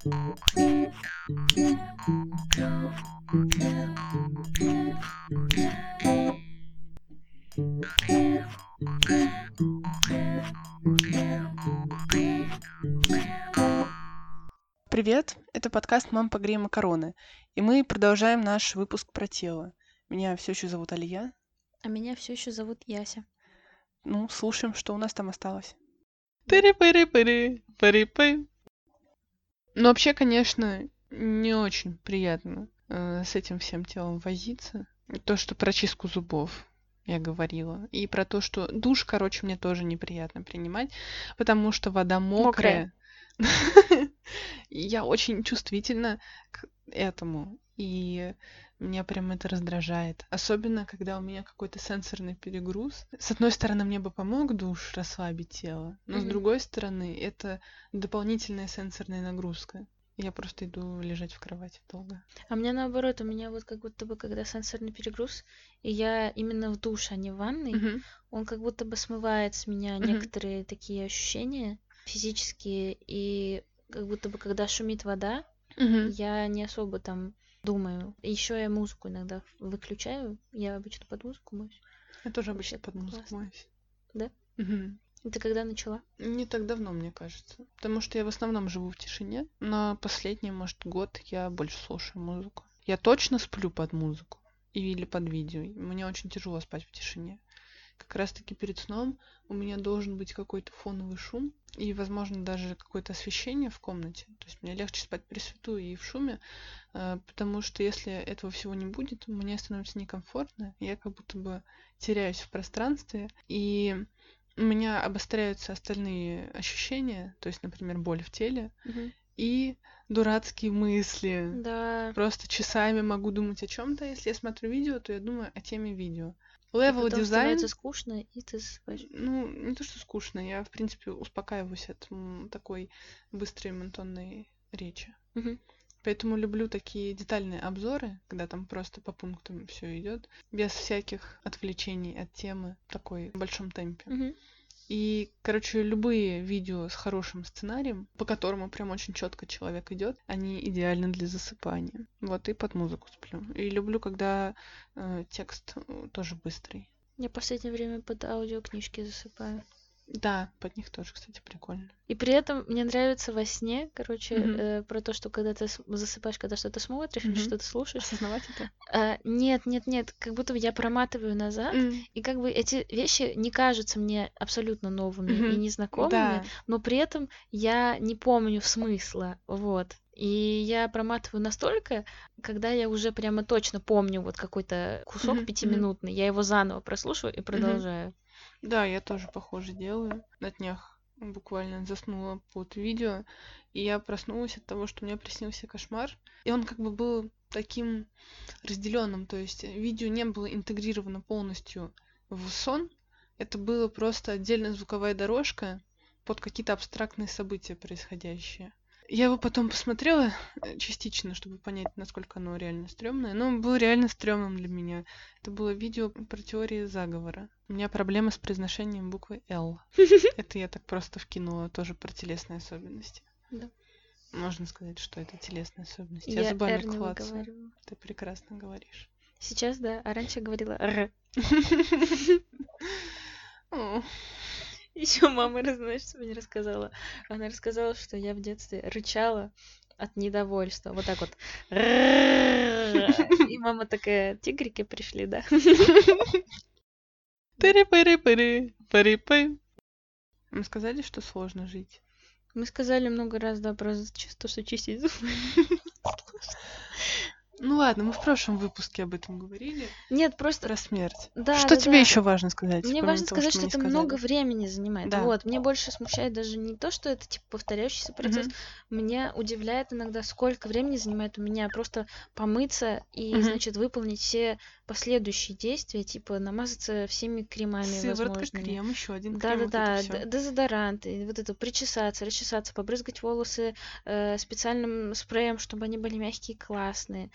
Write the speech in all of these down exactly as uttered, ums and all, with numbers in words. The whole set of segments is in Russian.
Привет, это подкаст «Мам, погрей макароны», и мы продолжаем наш выпуск про тело. Меня все еще зовут Алия. А меня все еще зовут Яся. Ну, слушаем, что у нас там осталось. Пыри-пыри-пыри-пыри-пы. Ну, вообще, конечно, не очень приятно э, с этим всем телом возиться. То, что про чистку зубов я говорила. И про то, что душ, короче, мне тоже неприятно принимать, потому что вода мокрая. Я очень чувствительна к этому. И меня прям это раздражает. Особенно, когда у меня какой-то сенсорный перегруз. С одной стороны, мне бы помог душ расслабить тело, но mm-hmm. с другой стороны, это дополнительная сенсорная нагрузка. Я просто иду лежать в кровати долго. А мне наоборот, у меня вот как будто бы, когда сенсорный перегруз, и я именно в душ, а не в ванной, mm-hmm. он как будто бы смывает с меня mm-hmm. некоторые такие ощущения физические, и как будто бы, когда шумит вода, mm-hmm. я не особо там думаю. Еще я музыку иногда выключаю. Я обычно под музыку моюсь. Я тоже обычно под музыку моюсь. Да? Угу. И ты когда начала? Не так давно, мне кажется. Потому что я в основном живу в тишине. Но последний, может, год я больше слушаю музыку. Я точно сплю под музыку. Или под видео. Мне очень тяжело спать в тишине. Как раз-таки перед сном у меня должен быть какой-то фоновый шум и, возможно, даже какое-то освещение в комнате. То есть мне легче спать при свету и в шуме, потому что если этого всего не будет, мне становится некомфортно, я как будто бы теряюсь в пространстве, и у меня обостряются остальные ощущения, то есть, например, боль в теле, угу. и дурацкие мысли. Да. Просто часами могу думать о чем-то. Если я смотрю видео, то я думаю о теме видео. Level дизайн становится скучно, и ты спишь. Ну, не то, что скучно, я, в принципе, успокаиваюсь от м, такой быстрой монотонной речи. Угу. Поэтому люблю такие детальные обзоры, когда там просто по пунктам все идет, без всяких отвлечений от темы, в такой большом темпе. Угу. И, короче, любые видео с хорошим сценарием, по которому прям очень четко человек идет, они идеальны для засыпания. Вот, и под музыку сплю. И люблю, когда э, текст тоже быстрый. Я в последнее время под аудиокнижки засыпаю. Да, под них тоже, кстати, прикольно. И при этом мне нравится во сне, короче, mm-hmm. э, про то, что когда ты засыпаешь, когда что-то смотришь mm-hmm. или что-то слушаешь. Осознавать это? Э, нет, нет, нет, как будто я проматываю назад, mm-hmm. и как бы эти вещи не кажутся мне абсолютно новыми mm-hmm. и незнакомыми, да. но при этом я не помню смысла, вот. И я проматываю настолько, когда я уже прямо точно помню вот какой-то кусок mm-hmm. пятиминутный, я его заново прослушиваю и продолжаю. Mm-hmm. Да, я тоже похоже делаю. На днях буквально заснула под видео, и я проснулась от того, что мне приснился кошмар. И он как бы был таким разделенным, то есть видео не было интегрировано полностью в сон. Это было просто отдельная звуковая дорожка под какие-то абстрактные события происходящие. Я его потом посмотрела частично, чтобы понять, насколько оно реально стрёмное. Но он был реально стрёмным для меня. Это было видео про теорию заговора. У меня проблема с произношением буквы «Л». Это я так просто вкинула тоже про телесные особенности. Да. Можно сказать, что это телесные особенности. Я, я зубами «р» не клацаю. выговариваю. Ты прекрасно говоришь. Сейчас, да. А раньше говорила «р». Еще мама, знаешь, что мне рассказала? Она рассказала, что я в детстве рычала от недовольства. Вот так вот. И мама такая, тигрики пришли, да? Пыри-пыри-пыри-пыри-пы. Мы сказали, что сложно жить. Мы сказали много раз, да, про то, что чистить зубы. Ну ладно, мы в прошлом выпуске об этом говорили. Нет, просто... Про смерть. Да, что да, тебе да. еще важно сказать? Мне важно того, сказать, что, что это сказали. Много времени занимает. Да. Вот. Мне больше смущает даже не то, что это типа повторяющийся процесс. Mm-hmm. Меня удивляет иногда, сколько времени занимает у меня просто помыться и, mm-hmm. значит, выполнить все последующие действия, типа намазаться всеми кремами Сыворотка, возможными. крем, еще один да, крем. Да, вот да, дезодорант, и вот это причесаться, расчесаться, побрызгать волосы э, специальным спреем, чтобы они были мягкие и классные.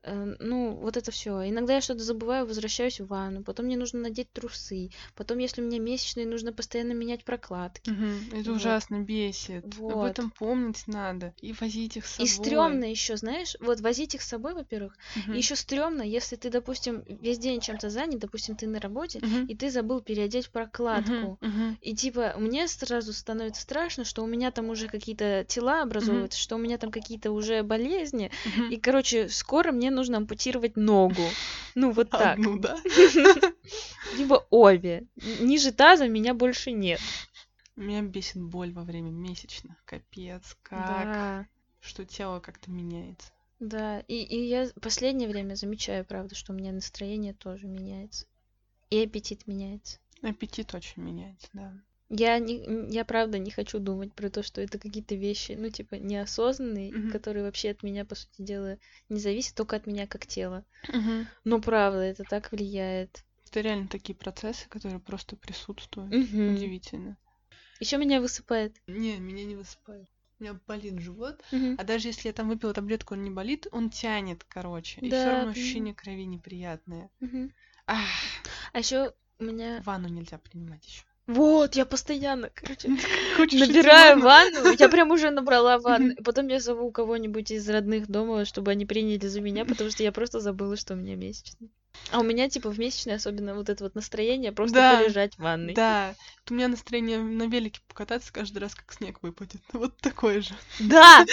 Э, ну, вот это все. Иногда я что-то забываю, возвращаюсь в ванну, потом мне нужно надеть трусы, потом, если у меня месячные, нужно постоянно менять прокладки. Мгм. Это Вот. ужасно бесит. Об Вот. этом помнить надо. И возить их с И собой. стрёмно еще, знаешь, вот возить их с собой, во-первых, Мгм. и еще стрёмно, если ты, допустим, весь день чем-то занят, допустим, ты на работе, Мгм. и ты забыл переодеть прокладку. Мгм. Мгм. И типа мне сразу становится страшно, что у меня там уже какие-то тела образовываются, что у меня там какие-то уже болезни. Мгм. И, короче, скоро мне нужно ампутировать ногу. Ну, вот так. Одну, да? Либо обе. Н- Ниже таза меня больше нет. Меня бесит боль во время месячных. Капец, как. Да, Что тело как-то меняется. да. И, и я в последнее время замечаю, правда, что у меня настроение тоже меняется. И аппетит меняется. Аппетит очень меняется, да. Я, не, м, я правда не хочу думать про то, что это какие-то вещи, ну, типа, неосознанные, Мгм. которые вообще от меня, по сути дела, не зависят, только от меня как тела. Мгм. Но правда, это так влияет. Это реально такие процессы, которые просто присутствуют. Мгм. Удивительно. Еще меня высыпает. Не, меня не высыпает. У меня болит живот. Мгм. А даже если я там выпила таблетку, он не болит, он тянет, короче. И все Да, равно понимаю. ощущение крови неприятное. Мгм. Ах, А еще у меня... ванну нельзя принимать еще. Вот, я постоянно, короче, Хочешь идти в набираю ванну? ванну, я прям уже набрала ванну, Мгм. и потом я зову кого-нибудь из родных дома, чтобы они приняли за меня, потому что я просто забыла, что у меня месячные. А у меня, типа, в месячные особенно вот это вот настроение просто Да, полежать в ванной. да. Вот у меня настроение на велике покататься каждый раз, как снег выпадет. Вот такое же. Да!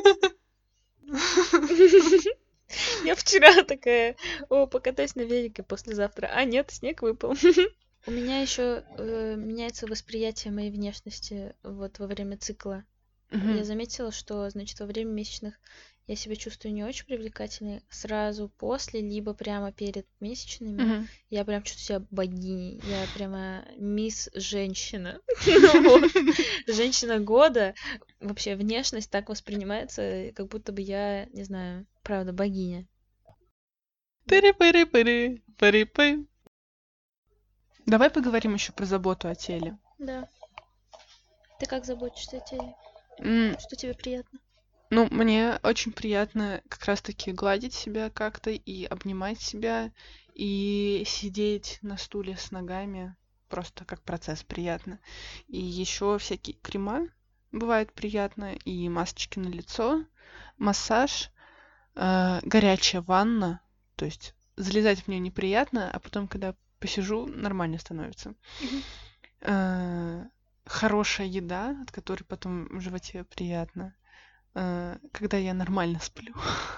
Я вчера такая, о, покатаюсь на велике послезавтра. А нет, снег выпал. У меня еще меняется восприятие моей внешности вот во время цикла. Я Мгм. заметила, что, значит, во время месячных я себя чувствую не очень привлекательной. Сразу после, либо прямо перед месячными, Мгм. я прям чувствую себя богиней. Я прямо мисс женщина. Вот. Женщина года. Вообще внешность так воспринимается, как будто бы я, не знаю, правда, богиня. Пыры-пыры-пыры, пыры-пы. Давай поговорим еще про заботу о теле. Да. Ты как заботишься о теле? М, Что тебе приятно? Ну, мне очень приятно как раз-таки гладить себя как-то и обнимать себя, и сидеть на стуле с ногами. Просто как процесс приятно. И еще всякие крема бывает приятно, и масочки на лицо, массаж, э, горячая ванна. То есть залезать в нее неприятно, а потом, когда посижу, нормально становится. Мгм. Э, Хорошая еда, от которой потом в животе приятно. Э, Когда я нормально сплю.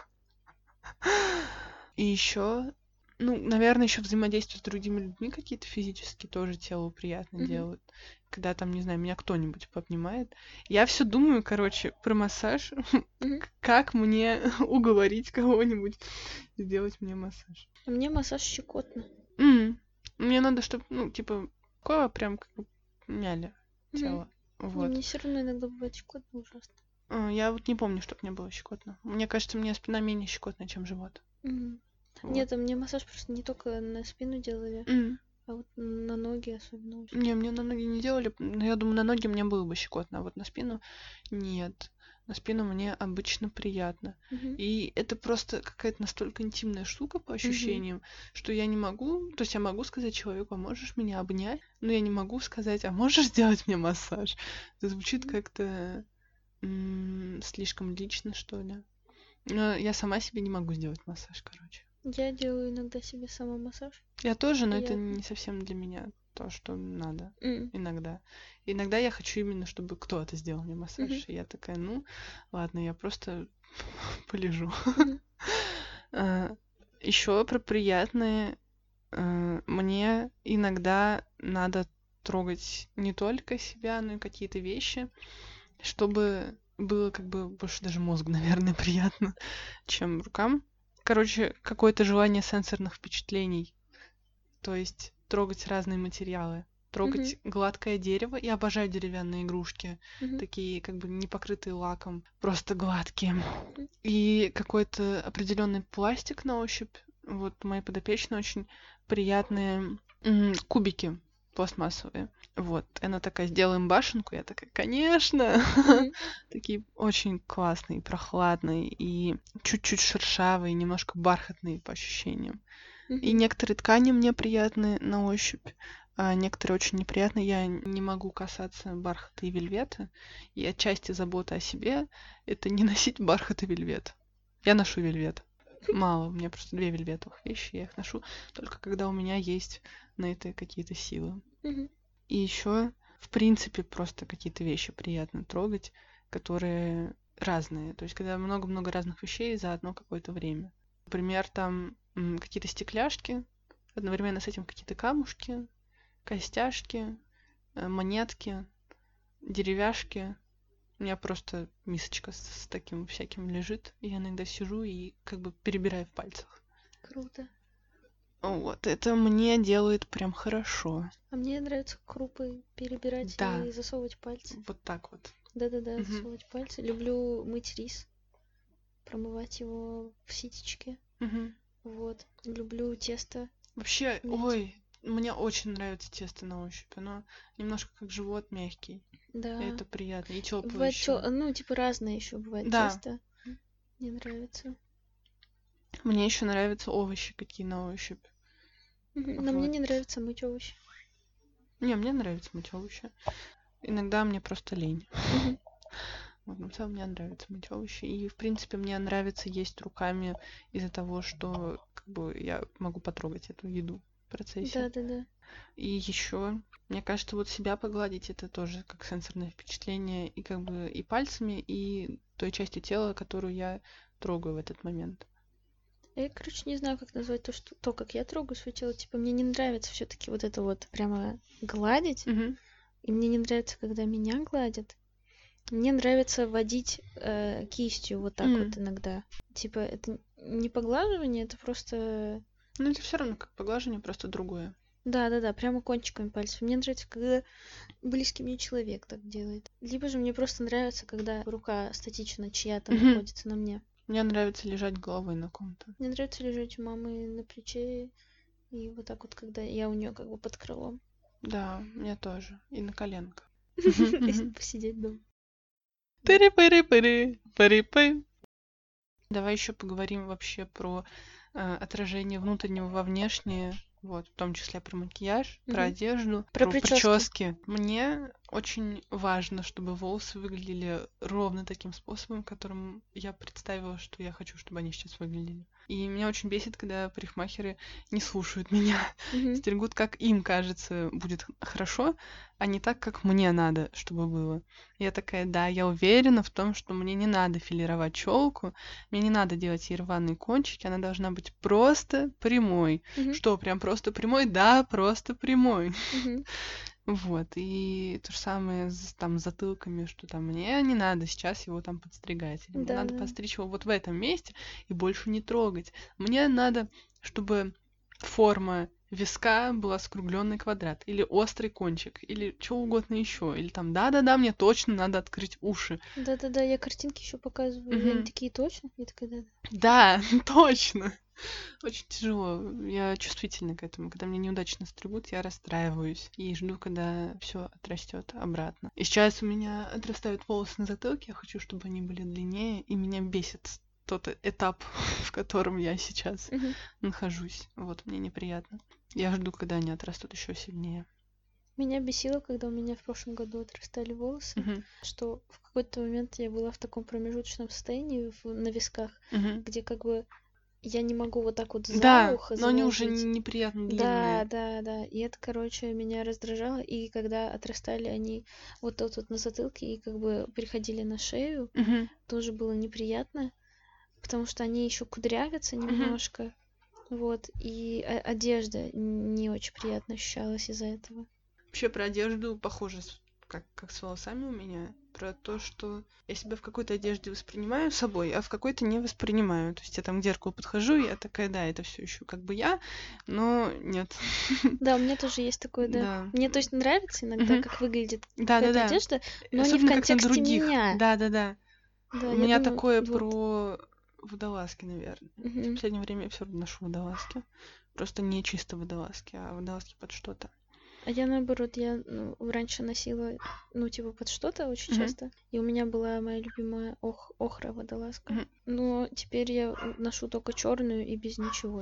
И еще, ну, наверное, еще взаимодействие с другими людьми какие-то физические тоже телу приятно Мгм. делают. Когда там, не знаю, меня кто-нибудь пообнимает. Я все думаю, короче, про массаж. Мгм. Как мне уговорить кого-нибудь сделать мне массаж. А мне массаж щекотно. М, Мне надо, чтобы, ну, типа, такое прям как бы мяли Мгм. тело. Не, Вот. мне все равно иногда бывает щекотно ужасно. А, Я вот не помню, чтобы мне было щекотно. Мне кажется, мне спина менее щекотная, чем живот. Мгм. Вот. Нет, а мне массаж просто не только на спину делали, М. а вот на ноги особенно очень. Не, мне на ноги не делали. Но я думаю, на ноги мне было бы щекотно, а вот на спину нет. На спину мне обычно приятно. Мгм. И это просто какая-то настолько интимная штука по Мгм. ощущениям, что я не могу... То есть я могу сказать человеку, а можешь меня обнять? Но я не могу сказать, а можешь сделать мне массаж? Это звучит Мгм. как-то м, слишком лично, что ли. Но я сама себе не могу сделать массаж, короче. Я делаю иногда себе сама массаж. Я тоже, но это Приятно. не совсем для меня то, что надо. М. Иногда. Иногда я хочу именно, чтобы кто-то сделал мне массаж. Мгм. И я такая, ну, ладно, я просто полежу. Мгм. Еще про приятные. э, Мне иногда надо трогать не только себя, но и какие-то вещи, чтобы было как бы больше даже мозгу, наверное, приятно, чем рукам. Короче, какое-то желание сенсорных впечатлений. То есть трогать разные материалы. Трогать гладкое дерево. Я обожаю деревянные игрушки. Мгм. Такие как бы не покрытые лаком. Просто гладкие. Мгм. И какой-то определенный пластик на ощупь. Вот мои подопечные очень приятные м, кубики. пластмассовые. Вот. Она такая, сделаем башенку. Я такая, конечно! Мгм. Такие очень классные, прохладные и чуть-чуть шершавые, немножко бархатные по ощущениям. И Мгм. некоторые ткани мне приятны на ощупь, а некоторые очень неприятные. Я не могу касаться бархата и вельвета. И отчасти забота о себе — это не носить бархат и вельвет. Я ношу вельвет. Мало, у меня просто две вельветовых вещи, я их ношу только когда у меня есть на это какие-то силы. Мгм. И еще, в принципе, просто какие-то вещи приятно трогать, которые разные. То есть, когда много-много разных вещей за одно какое-то время. Например, там м, какие-то стекляшки, одновременно с этим какие-то камушки, костяшки, э, монетки, деревяшки. У меня просто мисочка с, с таким всяким лежит, и я иногда сижу и как бы перебираю в пальцах. Круто. Вот, это мне делает прям хорошо. А мне нравится крупы перебирать Да. и засовывать пальцы. Вот так вот. Да-да-да, Мгм. засовывать пальцы. Люблю мыть рис, промывать его в ситечке. Мгм. Вот. Люблю тесто. Вообще, Мять. ой, мне очень нравится тесто на ощупь. Оно немножко как живот мягкий. Да. И это приятно. И теплое Бывает, еще. тё- ну, типа разное еще бывает Да. тесто. Мне нравится. Мне еще нравятся овощи какие на ощупь. Мгм. Но мне Вот. не нравится мыть овощи. Не, мне нравится мыть овощи. Иногда мне просто лень. Мгм. Вот, но в целом мне нравится мыть овощи. И, в принципе, мне нравится есть руками из-за того, что как бы я могу потрогать эту еду в процессе. Да-да-да. И еще, мне кажется, вот себя погладить — это тоже как сенсорное впечатление. И как бы и пальцами, и той частью тела, которую я трогаю в этот момент. Я, короче, не знаю, как назвать то, что то, как я трогаю свое тело. Типа, мне не нравится все-таки вот это вот прямо гладить. Мгм. И мне не нравится, когда меня гладят. Мне нравится водить э, кистью вот так М. вот иногда. Типа, это не поглаживание, это просто... Ну, это все равно как поглаживание, просто другое. Да-да-да, прямо кончиками пальцев. Мне нравится, когда близкий мне человек так делает. Либо же мне просто нравится, когда рука статично чья-то Мгм. находится на мне. Мне нравится лежать головой на ком-то. Мне нравится лежать у мамы на плече, и вот так вот, когда я у нее как бы под крылом. Да, мне тоже. И на коленках. Если посидеть дома. Пыры-пыры-пыры, пыры-пы. Давай еще поговорим вообще про э, отражение внутреннего во внешнее. Вот, в том числе про макияж, про Мгм. одежду, Про про прически. прически. Мне очень важно, чтобы волосы выглядели ровно таким способом, которым я представила, что я хочу, чтобы они сейчас выглядели. И меня очень бесит, когда парикмахеры не слушают меня, Мгм. стригут, как им кажется будет х- хорошо, а не так, как мне надо, чтобы было. Я такая, да, я уверена в том, что мне не надо филировать челку, мне не надо делать ей рваные кончики, она должна быть просто прямой. Мгм. Что, прям просто прямой? Да, просто прямой. Мгм. Вот, и то же самое с там затылками, что там мне не надо сейчас его там подстригать. Или мне надо Да-да. подстричь его вот в этом месте и больше не трогать. Мне надо, чтобы форма виска была скругленный квадрат, или острый кончик, или что угодно еще. Или там, да-да-да, мне точно надо открыть уши. Да-да-да, я картинки еще показываю, и они Мгм. такие точно. Я такая, да. Да, точно. Очень тяжело. Я чувствительна к этому. Когда мне неудачно стригут, я расстраиваюсь и жду, когда все отрастет обратно. И сейчас у меня отрастают волосы на затылке, я хочу, чтобы они были длиннее, и меня бесит тот этап, в котором я сейчас Мгм. нахожусь. Вот, мне неприятно. Я жду, когда они отрастут еще сильнее. Меня бесило, когда у меня в прошлом году отрастали волосы, Мгм. что в какой-то момент я была в таком промежуточном состоянии в- на висках, Мгм. где как бы я не могу вот так вот за Да, ухо но они уже заложить. неприятно Да, длинные. да, да. И это, короче, меня раздражало. И когда отрастали они вот тут вот на затылке и как бы переходили на шею, Мгм. тоже было неприятно, потому что они еще кудрявятся Мгм. немножко. Вот. И о- одежда не очень приятно ощущалась из-за этого. Вообще про одежду похоже, с- как, как с волосами у меня. Про то, что я себя в какой-то одежде воспринимаю собой, а в какой-то не воспринимаю. То есть я там к зеркалу подхожу, и я такая, да, это все еще как бы я, но нет. Да, у меня тоже есть такое, да. Да. Мне, то есть, нравится иногда, Мгм. как выглядит Да, да, какая-то да. одежда, но не в Особенно как на контексте других. меня. Да, да, да. Да, У я меня думаю, такое вот. про водолазки, наверное. В Мгм. последнее время я все равно ношу водолазки. Просто не чисто водолазки, а водолазки под что-то. А я наоборот, я ну, раньше носила, ну, типа, под что-то очень Мгм. часто. И у меня была моя любимая ох, охра водолазка. Мгм. Но теперь я ношу только черную и без ничего.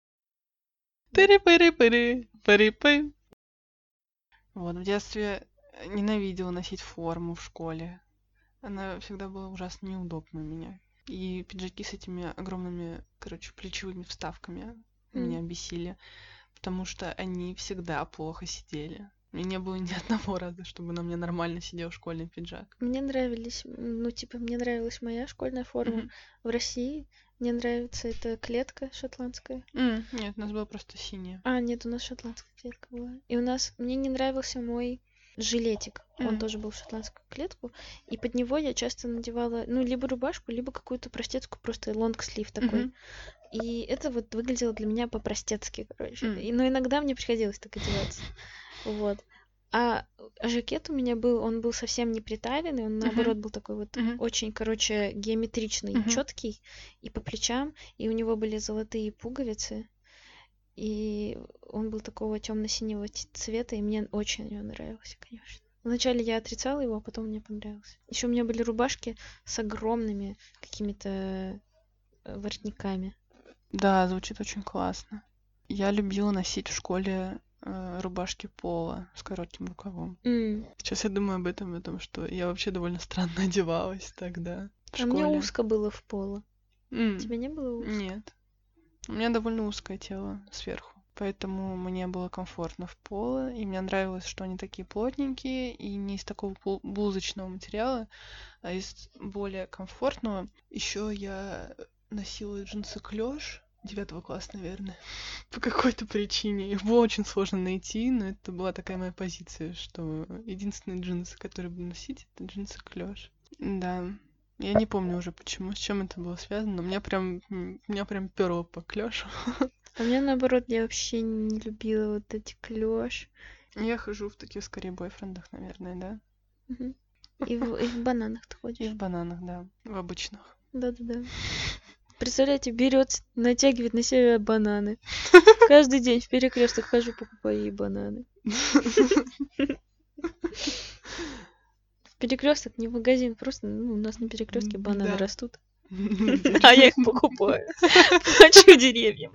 Пыри-пыри-пыри, пыри-пы. Вот, в детстве ненавидела носить форму в школе. Она всегда была ужасно неудобна у меня. И пиджаки с этими огромными, короче, плечевыми вставками меня М. бесили, потому что они всегда плохо сидели. У меня не было ни одного раза, чтобы на мне нормально сидел школьный пиджак. Мне нравились, м, ну, типа, мне нравилась моя школьная форма Мгм. в России. Мне нравится эта клетка шотландская. М, Нет, у нас была просто синяя. А, нет, у нас шотландская клетка была. И у нас, мне не нравился мой жилетик. Он М. тоже был в шотландскую клетку. И под него я часто надевала, ну, либо рубашку, либо какую-то простецкую, просто лонгслив такой. Мгм. И это вот выглядело для меня по-простецки, короче. М. И, но иногда мне приходилось так одеваться. Вот. А жакет у меня был, он был совсем не приталенный, он наоборот Мгм. был такой вот Мгм. очень, короче, геометричный, Мгм. четкий и по плечам, и у него были золотые пуговицы, и он был такого темно-синего ц- цвета, и мне очень он нравился, конечно. Вначале я отрицала его, а потом мне понравился. Еще у меня были рубашки с огромными какими-то э, воротниками. Да, звучит очень классно. Я любила носить в школе э, рубашки пола с коротким рукавом. М. Сейчас я думаю об этом, о том, что я вообще довольно странно одевалась тогда в А мне школе. узко было в поло. М, Тебе не было узко? Нет. У меня довольно узкое тело сверху, поэтому мне было комфортно в поло, и мне нравилось, что они такие плотненькие и не из такого бу- блузочного материала, а из более комфортного. Еще я носила джинсы клеш девятого класса, наверное, по какой-то причине. Их было очень сложно найти, но это была такая моя позиция, что единственные джинсы, которые буду носить, это джинсы клеш. Да. Я не помню уже почему, с чем это было связано, но меня прям, м, меня прям перло по клёшу. А мне наоборот, я вообще не любила вот эти клеш. Я хожу в таких скорее бойфрендах, наверное, да? Мгм. И в, и в бананах ты И ходишь. в бананах, да, в обычных. Да-да-да. Представляете, берет, натягивает на себя бананы. Каждый день в перекресток хожу, покупаю ей бананы. В перекресток, не в магазин, просто ну, у нас на перекрестке бананы Да. растут. А я их покупаю. Плачу деревьям.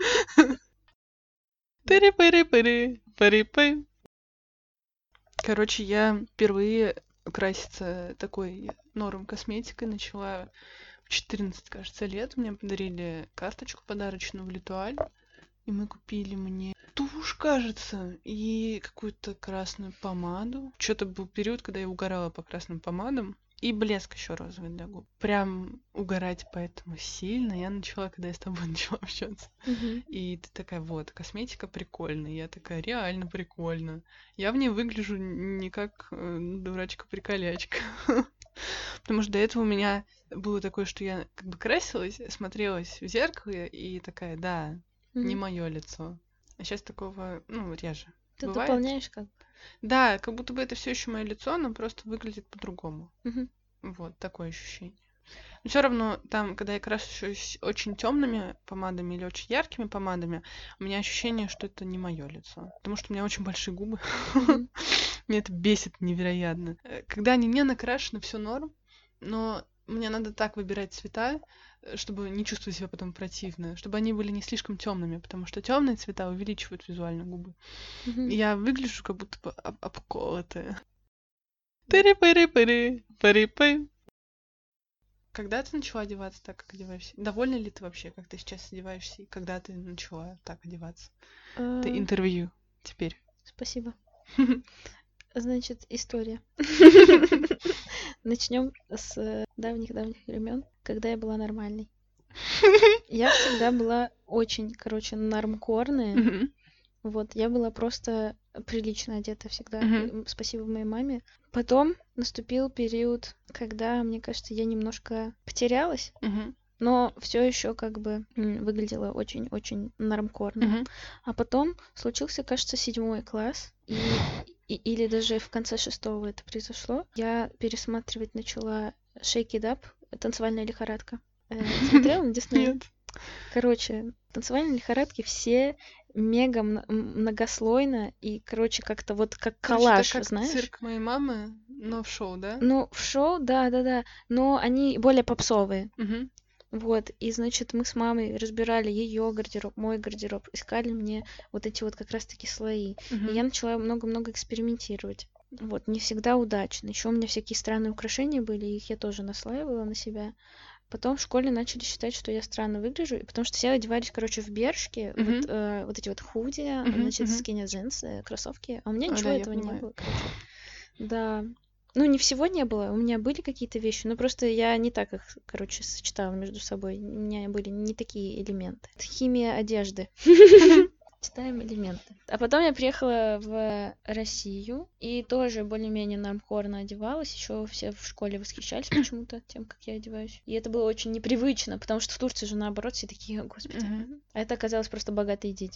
Пыри-пыри-пыри, пыри-пы. Короче, я впервые краситься такой норм косметикой начала в четырнадцать, кажется, лет. Мне подарили карточку подарочную в Литуаль. И мы купили мне тушь, кажется, и какую-то красную помаду. Что-то был период, когда я угорала по красным помадам. И блеск еще розовый для губ. Прям угорать поэтому сильно я начала, когда я с тобой начала общаться. Мгм. И ты такая, вот, косметика прикольная. Я такая, реально прикольно. Я в ней выгляжу не как э, дурачка-приколячка. Потому что до этого у меня было такое, что я как бы красилась, смотрелась в зеркало и такая, да, не Мгм. мое лицо. А сейчас такого, ну, реже. Ты Бывает? дополняешь как бы. Да, как будто бы это все еще мое лицо, но просто выглядит по-другому. Мгм. Вот такое ощущение. Но все равно там, когда я крашусь очень темными помадами или очень яркими помадами, у меня ощущение, что это не мое лицо. Потому что у меня очень большие губы. Мгм. Меня это бесит невероятно. Э, Когда они не накрашены, все норм, но мне надо так выбирать цвета, э, чтобы не чувствовать себя потом противно, чтобы они были не слишком темными, потому что темные цвета увеличивают визуально губы. Мгм. И я выгляжу как будто бы об- обколотая. Пыри-пыри-пыри, пыри-пы. Когда ты начала одеваться так, как одеваешься? Довольна ли ты вообще, как ты сейчас одеваешься, и когда ты начала так одеваться? Это А, интервью теперь. Спасибо. Значит, история. Начнем с давних-давних времен, когда я была нормальной. Я всегда была очень, короче, нормкорная. Мгм. Вот, я была просто прилично одета всегда. Мгм. М, Спасибо моей маме. Потом наступил период, когда, мне кажется, я немножко потерялась, Мгм. но все еще как бы м, выглядела очень-очень нормкорно. Мгм. А потом случился, кажется, седьмой класс, и, и- или даже в конце шестого это произошло. Я пересматривать начала Shake It Up, танцевальная лихорадка. Э, Смотрела на Дисней? Нет. Короче, в танцевальной лихорадке все мега мно- многослойно и, короче, как-то вот как Короче, коллаж, это как знаешь? цирк моей мамы, но в шоу, да? Ну, в шоу, да-да-да, но они более попсовые. Угу. Вот, и, значит, мы с мамой разбирали ее гардероб, мой гардероб, искали мне вот эти вот как раз-таки слои. Угу. И я начала много-много экспериментировать. Вот, не всегда удачно. Еще у меня всякие странные украшения были, их я тоже наслаивала на себя. Потом в школе начали считать, что я странно выгляжу, и потому что все одевались, короче, в бершки, Мгм. вот, э, вот эти вот худи, Мгм, значит, мгм. скини джинсы, кроссовки, а у меня А, ничего да, я этого не понимаю. было, короче. Да. Ну, не всего не было, у меня были какие-то вещи, но просто я не так их, короче, сочетала между собой. У меня были не такие элементы. Это химия одежды. Читаем элементы. А потом я приехала в Россию и тоже более-менее нормально одевалась. Еще все в школе восхищались почему-то тем, как я одеваюсь. И это было очень непривычно, потому что в Турции же наоборот все такие, господи. Мгм. А это оказалось просто богатые дети.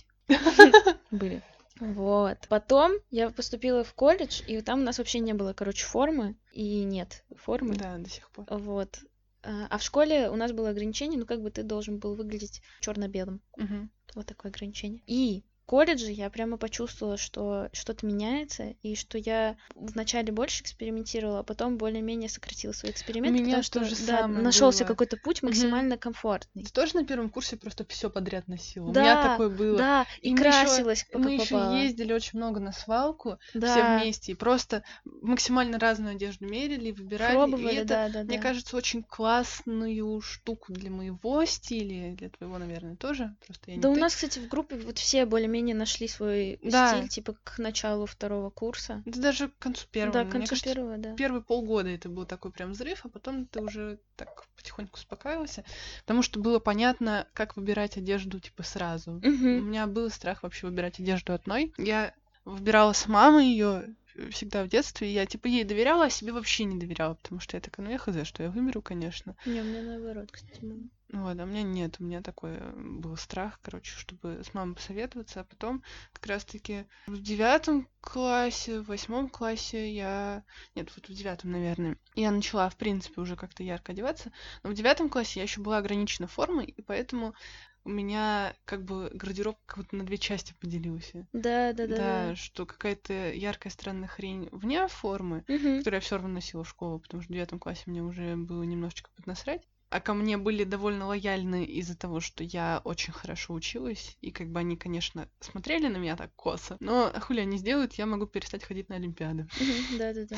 Были. Вот. Потом я поступила в колледж, и там у нас вообще не было, короче, формы. И нет формы. Да, до сих пор. Вот. А а в школе у нас было ограничение, ну как бы ты должен был выглядеть черно-белым. Мгм. Вот такое ограничение. И в колледже я прямо почувствовала, что что-то меняется, и что я вначале больше экспериментировала, а потом более-менее сократила свои эксперименты, меня потому что то же да, самое нашелся было. какой-то путь Мгм. максимально комфортный. Ты тоже на первом курсе просто все подряд носила? У меня Да, такое было. да, и, И мы еще красилась, мы пока еще попала. ездили очень много на свалку, все Да, вместе, и просто максимально разную одежду мерили, выбирали. И пробовали, это, да, да, мне да. кажется, очень классную штуку для моего стиля, и для твоего, наверное, тоже. Просто я не Да у ты. нас, кстати, в группе вот все более-менее нашли свой Да. стиль, типа к началу второго курса. Да даже к концу первого. Да, к Мне концу кажется, первого, да. первые полгода это был такой прям взрыв, а потом ты уже так потихоньку успокаивался, потому что было понятно, как выбирать одежду типа сразу. У Мгм. меня был страх вообще выбирать одежду одной. Я выбирала с мамой ее всегда в детстве, и я типа ей доверяла, а себе вообще не доверяла, потому что я такая, ну я хз, что я выберу, конечно. Не, у меня наоборот, кстати, было. Вот, а у меня нет, у меня такой э, был страх, короче, чтобы с мамой посоветоваться, а потом как раз-таки в девятом классе, в восьмом классе я... Нет, вот в девятом, наверное, я начала, в принципе, уже как-то ярко одеваться, но в девятом классе я еще была ограничена формой, и поэтому у меня как бы гардероб как будто на две части поделился. Да, да, да, Да, да. что какая-то яркая странная хрень вне формы, Мгм. которую я все равно носила в школу, потому что в девятом классе мне уже было немножечко поднасрать. А ко мне были довольно лояльны из-за того, что я очень хорошо училась. И как бы они, конечно, смотрели на меня так косо. Но хули они сделают, я могу перестать ходить на Олимпиады. Мгм. Да, да, да.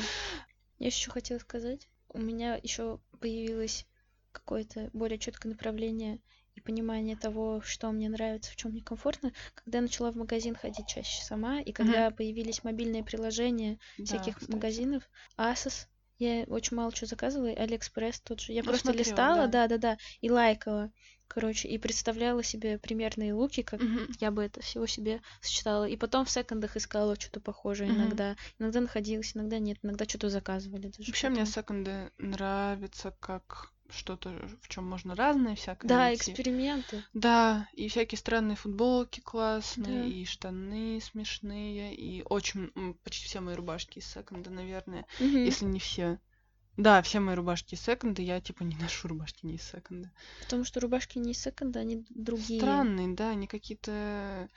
Я еще хотела сказать, у меня еще появилось какое-то более четкое направление и понимание того, что мне нравится, в чем мне комфортно, когда я начала в магазин ходить чаще сама, и когда появились мобильные приложения Да, всяких кстати. магазинов, Asos, я очень мало чего заказывала, и Алиэкспресс тот же. Я Ну, просто смотрела, листала, да. да-да-да, и лайкала, короче, и представляла себе примерные луки, как Мгм. я бы это всего себе сочетала. И потом в секондах искала что-то похожее Мгм. иногда. Иногда находилось, иногда нет, иногда что-то заказывали даже. Вообще мне потом. секонды нравятся как что-то, в чем можно разное всякое Да, найти. эксперименты. Да, и всякие странные футболки классные, Да. и штаны смешные, и очень м, почти все мои рубашки из секонда, наверное, Мгм. если не все. Да, все мои рубашки из секонда, я типа не ношу рубашки не из секонда. Потому что рубашки не из секонда, они другие. Странные, да, они какие-то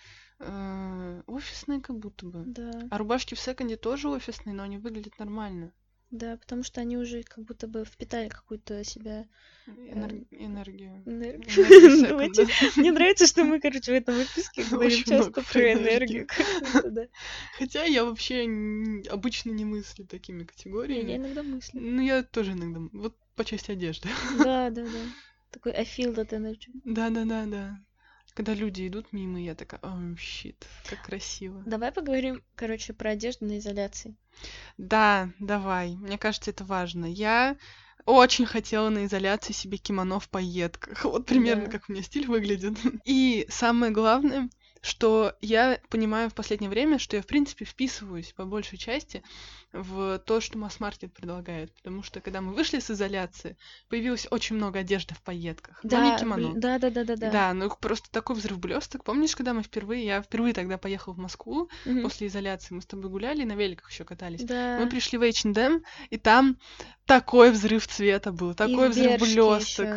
э, офисные как будто бы. Да, А рубашки в секонде тоже офисные, но они выглядят нормально. да, потому что они уже как будто бы впитали какую-то себя Энер- Энергию. энергию. Энергию Давайте. секонда. Мне нравится, что мы, короче, в этом выпуске говорим Очень много часто про про энергию. энергию. какую-то, да. Хотя я вообще н- обычно не мыслю такими Не, я категориями. иногда мыслю. Ну, я тоже иногда. Вот по части одежды. Да, да, да. Такой I feel that energy. Да-да-да-да. Когда люди идут мимо, я такая, о, щит, как красиво. Давай поговорим, короче, про одежду на изоляции. Да, давай. Мне кажется, это важно. Я очень хотела на изоляции себе кимоно в пайетках. Вот примерно Да. как у меня стиль выглядит. И самое главное, что я понимаю в последнее время, что я, в принципе, вписываюсь по большей части в то, что масс-маркет предлагает. Потому что, когда мы вышли с изоляции, появилось очень много одежды в пайетках, но не Да, кимоно. бл- да, да, да, да, да. Да, ну просто такой взрыв блесток. Помнишь, когда мы впервые, я впервые тогда поехала в Москву Мгм. после изоляции, мы с тобой гуляли, на великах еще катались. Мы Да. пришли в эйч энд эм, и там такой взрыв цвета был, И такой в взрыв Бершке блесток. еще.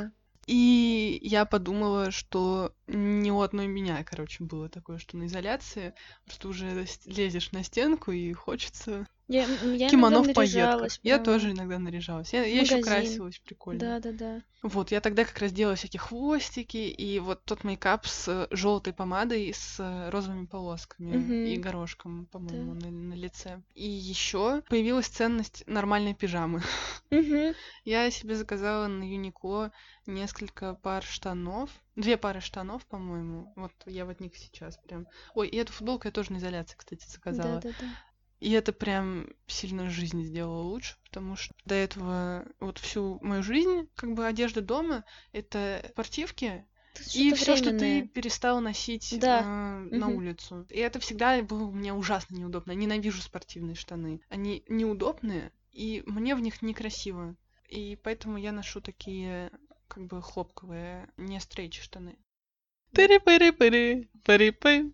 И я подумала, что не у одной меня, короче, было такое, что на изоляции просто уже с- лезешь на стенку и хочется Я, м, я иногда кимоно в пайетках. наряжалась Я прямо тоже иногда наряжалась. Я, в я еще магазин. красилась, прикольно. Да-да-да. Вот, я тогда как раз делала всякие хвостики, и вот тот мейкап с желтой помадой, с э, розовыми полосками и Мгм. горошком, по-моему, Да. на, на лице. И еще появилась ценность нормальной пижамы. Мгм. Я себе заказала на Юникло несколько пар штанов. Две пары штанов, по-моему. Вот я вот них сейчас прям. Ой, и эту футболку я тоже на изоляции, кстати, заказала. Да-да-да. И это прям сильно жизнь сделало лучше, потому что до этого вот всю мою жизнь, как бы одежда дома, это спортивки Тут и что-то все, что ты временное. перестал носить Да. э, на Мгм. улицу. И это всегда было мне ужасно неудобно. Я ненавижу спортивные штаны. Они неудобные, и мне в них некрасиво. И поэтому я ношу такие как бы хлопковые, не стрейч штаны. Пыри-пыри-пыри, пыри-пы.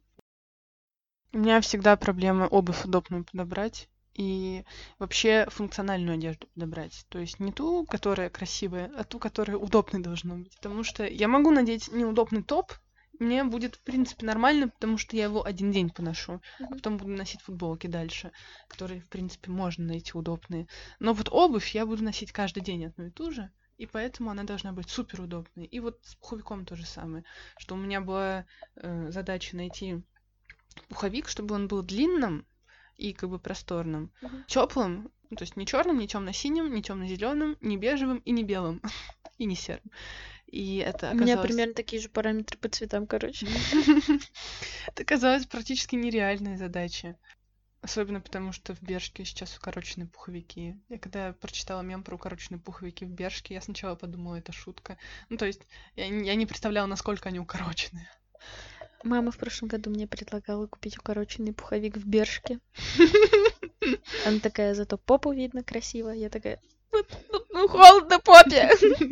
У меня всегда проблема обувь удобную подобрать и вообще функциональную одежду подобрать. То есть не ту, которая красивая, а ту, которая удобной должна быть. Потому что я могу надеть неудобный топ, мне будет, в принципе, нормально, потому что я его один день поношу, а Мгм. потом буду носить футболки дальше, которые, в принципе, можно найти удобные. Но вот обувь я буду носить каждый день одну и ту же, и поэтому она должна быть супер удобной. И вот с пуховиком то же самое, что у меня была э, задача найти пуховик, чтобы он был длинным и как бы просторным, Мгм. теплым, ну, то есть не черным, не темно-синим, не темно-зеленым, не бежевым и не белым, и не серым. И это У меня оказалось... примерно такие же параметры по цветам, короче. Это оказалось практически нереальной задачей. Особенно потому, что в Бершке сейчас укороченные пуховики. Я когда прочитала мем про укороченные пуховики в Бершке, я сначала подумала, это шутка. Ну, то есть я, не- я не представляла, насколько они укороченные. Мама в прошлом году мне предлагала купить укороченный пуховик в Бершке. Она такая, зато попу видно красиво. Я такая, ну, ну, ну, холодно попе.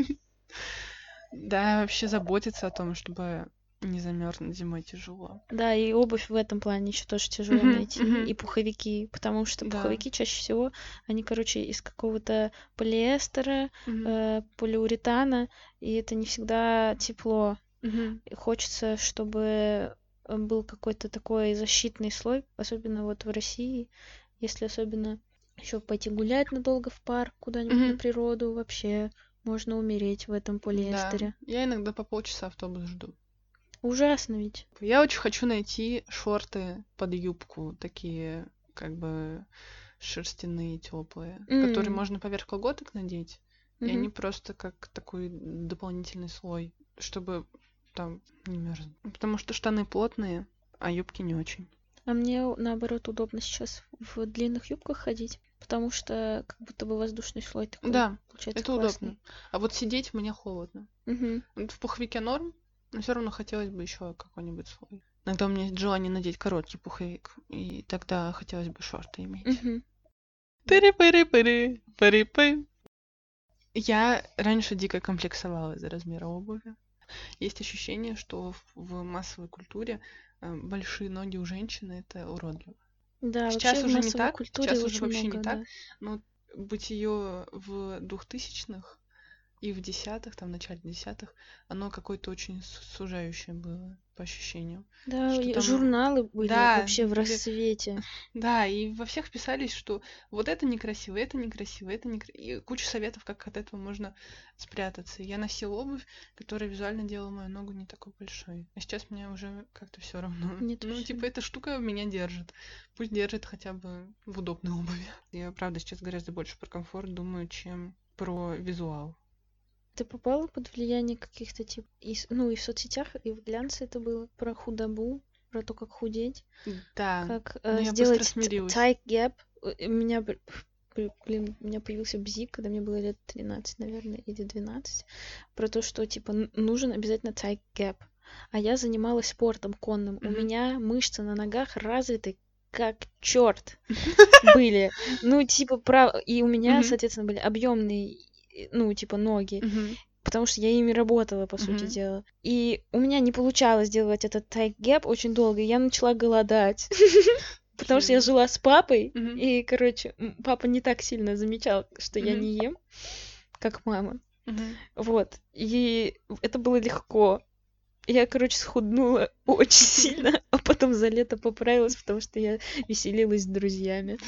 Да, вообще заботиться о том, чтобы не замерзнуть зимой тяжело. Да, и обувь в этом плане еще тоже тяжело Мгм, найти. мгм. И пуховики, потому что Да. пуховики чаще всего, они, короче, из какого-то полиэстера, Мгм, э, полиуретана, и это не всегда тепло. мгм. И хочется, чтобы э, был какой-то такой защитный слой, особенно вот в России, если особенно еще пойти гулять надолго в парк, куда-нибудь на Мгм. природу, вообще можно умереть в этом Да, полиэстере. я иногда по полчаса автобус жду. Ужасно ведь. Я очень хочу найти шорты под юбку, такие как бы шерстяные, теплые, которые М, можно поверх колготок надеть, и мгм. они просто как такой дополнительный слой, чтобы там не мерзнуть. Потому что штаны плотные, а юбки не очень. А мне наоборот удобно сейчас в длинных юбках ходить, потому что как будто бы воздушный слой такой Да, получается это классный. удобно. А вот сидеть мне холодно. Мгм. Вот в пуховике норм, но все равно хотелось бы еще какой-нибудь слой. Иногда у меня есть желание надеть короткий пуховик, и тогда хотелось бы шорты иметь. Мгм. Пыри-пыри-пыри, пыри-пы. Я раньше дико комплексовала из-за размера обуви. Есть ощущение, что в, в массовой культуре э, большие ноги у женщины это уродливо. Да, Сейчас вообще в уже не массовой так, культуре сейчас уже очень вообще много, не так, да. но быть ее в двухтысячных и в десятых, там в начале десятых, оно какое-то очень су- сужающее было по ощущениям. Да, Что и там, журналы были да, вообще в были, расцвете. да, и во всех писались, что вот это некрасиво, это некрасиво, это некрасиво. И куча советов, как от этого можно спрятаться. И я носила обувь, которая визуально делала мою ногу не такой большой. А сейчас мне уже как-то все равно. Нет, Ну, вообще. типа, эта штука меня держит. Пусть держит хотя бы в удобной обуви. Я, правда, сейчас гораздо больше про комфорт думаю, чем про визуал. Ты попала под влияние каких-то тип, и, с- ну и в соцсетях, и в глянце это было про худобу, про то, как худеть, Да, как но э, я быстро сделать т- смирилась. tight gap. Э, У меня, б- б- блин, у меня появился бзик, когда мне было лет тринадцать, наверное, или двенадцать, про то, что типа н- нужен обязательно tight gap. А я занималась спортом конным. У Мгм. меня мышцы на ногах развиты как черт были. Ну, типа, прав... И у меня, Мгм. соответственно, были объемные, ну, типа, ноги. Мгм. Потому что я ими работала, по сути Мгм. дела. И у меня не получалось делать этот tight gap очень долго, и я начала голодать. Потому что я Жесть. жила с папой, Мгм. и, короче, м, папа не так сильно замечал, что я Мгм. не ем, как мама. Мгм. Вот. И это было легко. Я, короче, схуднула очень сильно, а потом за лето поправилась, потому что я веселилась с друзьями.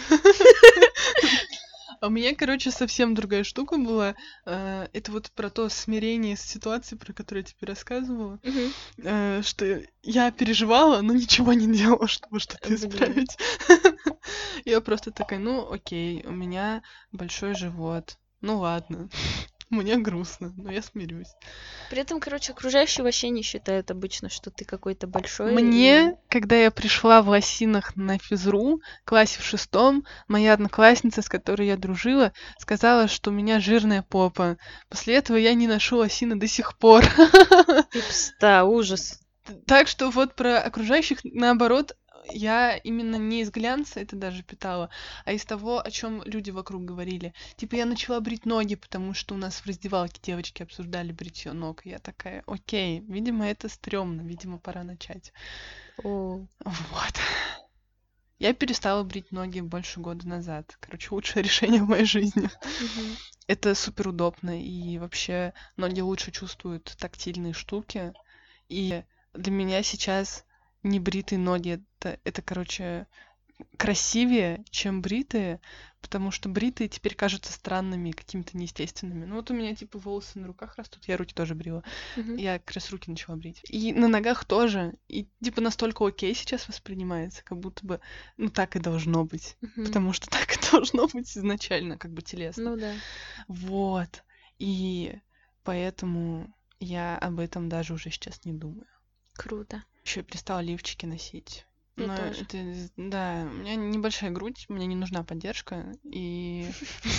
А у меня, короче, совсем другая штука была. Э, Это вот про то смирение с ситуацией, про которую я тебе рассказывала. Мгм. Э, Что я переживала, но ничего не делала, чтобы что-то Блин. исправить. Я просто такая, ну окей, у меня большой живот. Ну ладно, мне грустно, но я смирюсь. При этом, короче, окружающие вообще не считают обычно, что ты какой-то большой. Мне, когда я пришла в лосинах на физру, в классе в шестом, моя одноклассница, с которой я дружила, сказала, что у меня жирная попа. После этого я не ношу лосины до сих пор. И пста, ужас. Так что вот про окружающих, наоборот, я именно не из глянца это даже питала, а из того, о чем люди вокруг говорили. Типа я начала брить ноги, потому что у нас в раздевалке девочки обсуждали бритье ног. И я такая, окей, видимо, это стрёмно, видимо, пора начать. О, Вот. Я перестала брить ноги больше года назад. Короче, лучшее решение в моей жизни. мгм. Это супер удобно, и вообще ноги лучше чувствуют тактильные штуки. И для меня сейчас небритые ноги это, это, короче, красивее, чем бритые, потому что бритые теперь кажутся странными, какими-то неестественными. Ну вот у меня типа волосы на руках растут, я руки тоже брила. Мгм. Я как раз руки начала брить. И на ногах тоже. И типа настолько окей сейчас воспринимается, как будто бы, ну так и должно быть. Мгм. Потому что так и должно быть изначально, как бы телесно. Ну да. Вот. И поэтому я об этом даже уже сейчас не думаю. Круто. Еще перестала лифчики носить. Я Но тоже. это, да, у меня небольшая грудь, мне не нужна поддержка, и...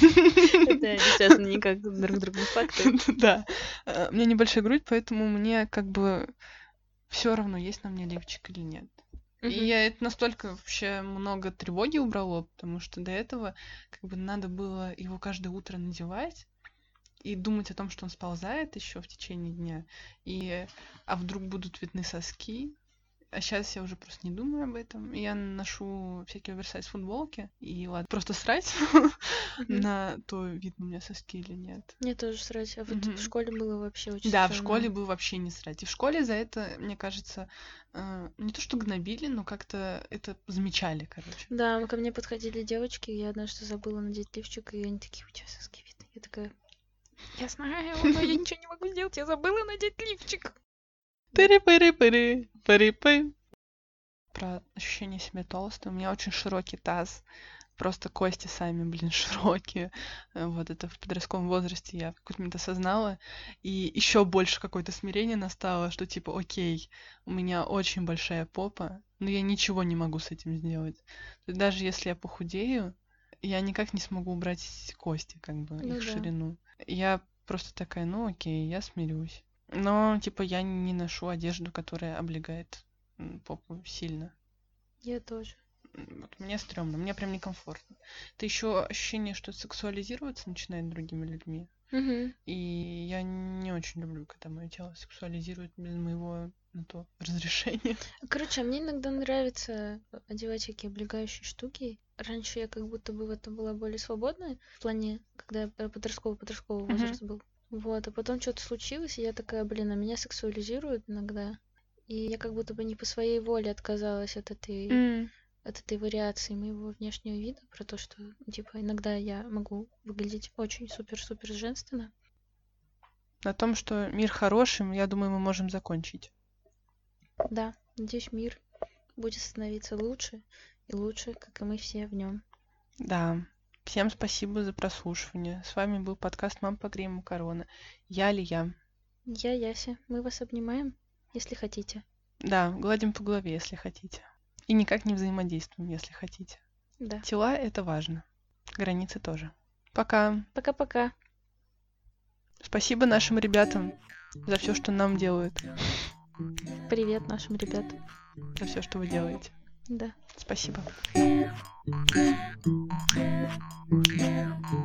Это не связано никак друг с другом факты. Да, э, у меня небольшая грудь, поэтому мне как бы все равно, есть на мне лифчик или нет. И Мгм. я это настолько вообще много тревоги убрало, потому что до этого как бы надо было его каждое утро надевать и думать о том, что он сползает еще в течение дня, и а вдруг будут видны соски. А сейчас я уже просто не думаю об этом. Я ношу всякие оверсайз футболки, и ладно, просто срать Мгм. на то, видно у меня соски или нет. Мне тоже срать. А вот Мгм. в школе было вообще очень Да, в стрёмно. школе был вообще не срать. И в школе за это, мне кажется, э, не то что гнобили, но как-то это замечали, короче. Да, ко мне подходили девочки, я однажды забыла надеть лифчик, и они такие, у тебя соски видны. Я такая, я знаю, но я ничего не могу сделать, я забыла надеть лифчик. Пыры-пыры-пыры, пыры-пы. Про ощущение себя толстой. У меня очень широкий таз. Просто кости сами, блин, широкие. Э, Вот это в подростковом возрасте я в какой-то момент осознала. И еще больше какое-то смирение настало, что типа, окей, у меня очень большая попа, но я ничего не могу с этим сделать. То есть даже если я похудею, я никак не смогу убрать кости, как бы, Ну их да. ширину. Я просто такая, ну окей, я смирюсь. Но, типа, я не ношу одежду, которая облегает м, попу сильно. Я тоже. М, Вот мне стрёмно, мне прям некомфортно. Это еще ощущение, что сексуализироваться начинает другими людьми. Мгм. И я не очень люблю, когда мое тело сексуализирует без моего на то разрешения. Короче, а мне иногда нравится одевать всякие облегающие штуки. Раньше я как будто бы в этом была более свободная, в плане, когда я подростковый подростковый Мгм. возраст был. Вот, а потом что-то случилось, и я такая, блин, а меня сексуализируют иногда. И я как будто бы не по своей воле отказалась от этой, М. от этой вариации моего внешнего вида, про то, что, типа, иногда я могу выглядеть очень супер-супер женственно. На том, что мир хорошим, я думаю, мы можем закончить. Да, надеюсь, мир будет становиться лучше и лучше, как и мы все в нем. Да. Всем спасибо за прослушивание. С вами был подкаст «Мам, погрей макароны». Я Лия. Я Яся. Мы вас обнимаем, если хотите. Да, гладим по голове, если хотите. И никак не взаимодействуем, если хотите. Да. Тела — это важно. Границы тоже. Пока. Пока-пока. Спасибо нашим ребятам за все, что нам делают. Привет нашим ребятам. За все, что вы делаете. Да. Спасибо.